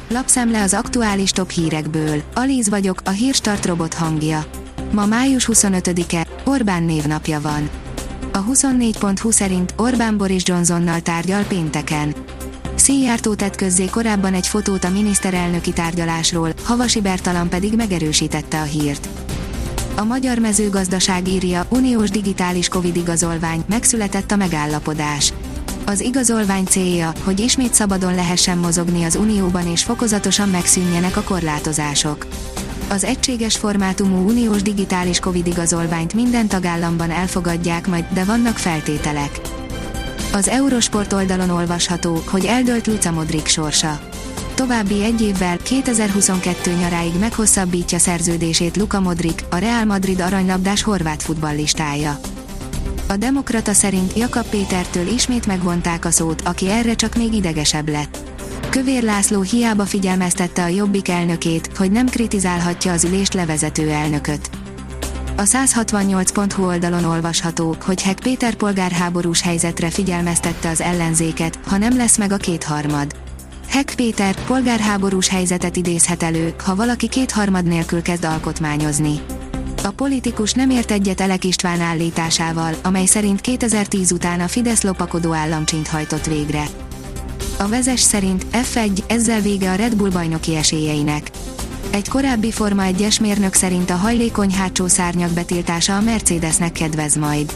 Lapszemle az aktuális top hírekből. Alíz vagyok, a Hírstart robot hangja. Ma május 25-e, Orbán névnapja van. A 24.hu szerint Orbán Boris Johnsonnal tárgyal pénteken. Szijjártó tett közzé korábban egy fotót a miniszterelnöki tárgyalásról, Havasi Bertalan pedig megerősítette a hírt. A Magyar Mezőgazdaság írja, uniós digitális Covid igazolvány, megszületett a megállapodás. Az igazolvány célja, hogy ismét szabadon lehessen mozogni az Unióban és fokozatosan megszűnjenek a korlátozások. Az egységes formátumú uniós digitális Covid igazolványt minden tagállamban elfogadják majd, de vannak feltételek. Az Eurosport oldalon olvasható, hogy eldőlt Luka Modric sorsa. További egy évvel, 2022 nyaráig meghosszabbítja szerződését Luka Modric, a Real Madrid aranylabdás horvát futballistája. A Demokrata szerint Jakab Pétertől ismét megvonták a szót, aki erre csak még idegesebb lett. Kövér László hiába figyelmeztette a Jobbik elnökét, hogy nem kritizálhatja az ülést levezető elnököt. A 168.hu oldalon olvasható, hogy Hegh Péter polgárháborús helyzetre figyelmeztette az ellenzéket, ha nem lesz meg a kétharmad. Hegh Péter polgárháborús helyzetet idézhet elő, ha valaki kétharmad nélkül kezd alkotmányozni. A politikus nem ért egyet Elek István állításával, amely szerint 2010 után a Fidesz lopakodó államcsint hajtott végre. A Vezes szerint F1, ezzel vége a Red Bull bajnoki esélyeinek. Egy korábbi Forma 1-es mérnök szerint a hajlékony hátsó szárnyak betiltása a Mercedesnek kedvez majd.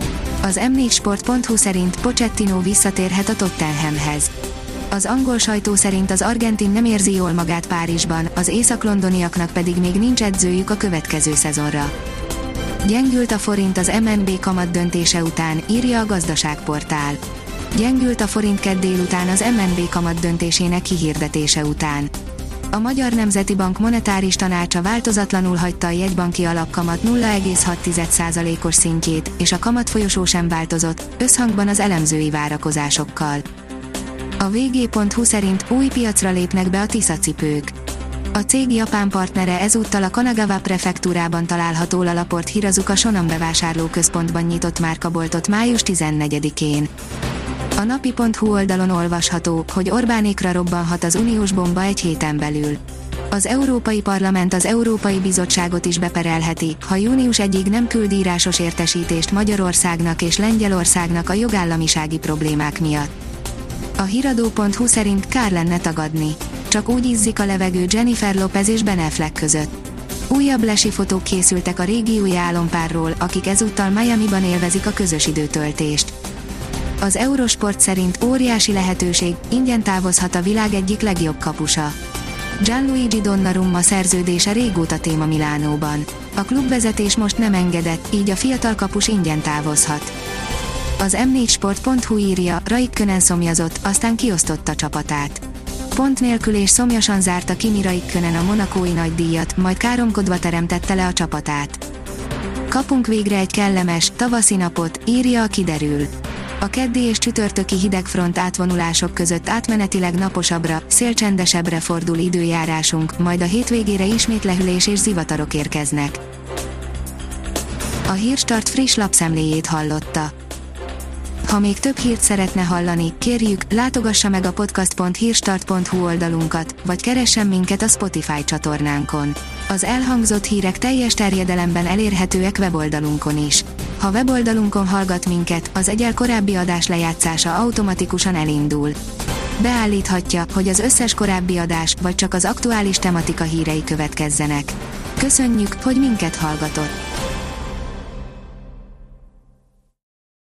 Az m4sport.hu szerint Pochettino visszatérhet a Tottenhamhez. Az angol sajtó szerint az argentin nem érzi jól magát Párizsban, az észak-londoniaknak pedig még nincs edzőjük a következő szezonra. Gyengült a forint az MNB kamat döntése után, írja a Gazdaságportál. Gyengült a forint kedd délután az MNB kamat döntésének kihirdetése után. A Magyar Nemzeti Bank monetáris tanácsa változatlanul hagyta a jegybanki alapkamat 0,6%-os szintjét, és a kamatfolyosó sem változott, összhangban az elemzői várakozásokkal. A vg.hu szerint új piacra lépnek be a Tisza cipők. A cég japán partnere ezúttal a Kanagawa prefektúrában található Lalaport Hirazuka Shonan bevásárlóközpontban nyitott márkaboltot május 14-én. A napi.hu oldalon olvasható, hogy Orbánékra robbanhat az uniós bomba egy héten belül. Az Európai Parlament az Európai Bizottságot is beperelheti, ha június 1-ig nem küld írásos értesítést Magyarországnak és Lengyelországnak a jogállamisági problémák miatt. A hiradó.hu szerint kár lenne tagadni. Csak úgy izzik a levegő Jennifer Lopez és Ben Affleck között. Újabb lesi fotók készültek a régi új álompárról, akik ezúttal Miamiban élvezik a közös időtöltést. Az Eurosport szerint óriási lehetőség, ingyen távozhat a világ egyik legjobb kapusa. Gianluigi Donnarumma szerződése régóta téma Milánóban. A klubvezetés most nem engedett, így a fiatal kapus ingyen távozhat. Az m4sport.hu írja, Raikkonen szomjazott, aztán kiosztotta csapatát. Pont nélkül és szomjasan zárta Kimi Raikkonen a monakói nagydíjat, majd káromkodva teremtette le a csapatát. Kapunk végre egy kellemes, tavaszi napot, írja a Kiderül. A keddi és csütörtöki hidegfront átvonulások között átmenetileg naposabbra, szélcsendesebbre fordul időjárásunk, majd a hétvégére ismét lehűlés és zivatarok érkeznek. A Hírstart friss lapszemléjét hallotta. Ha még több hírt szeretne hallani, kérjük, látogassa meg a podcast.hírstart.hu oldalunkat, vagy keressen minket a Spotify csatornánkon. Az elhangzott hírek teljes terjedelemben elérhetőek weboldalunkon is. Ha weboldalunkon hallgat minket, az egyel korábbi adás lejátszása automatikusan elindul. Beállíthatja, hogy az összes korábbi adás, vagy csak az aktuális tematika hírei következzenek. Köszönjük, hogy minket hallgatott!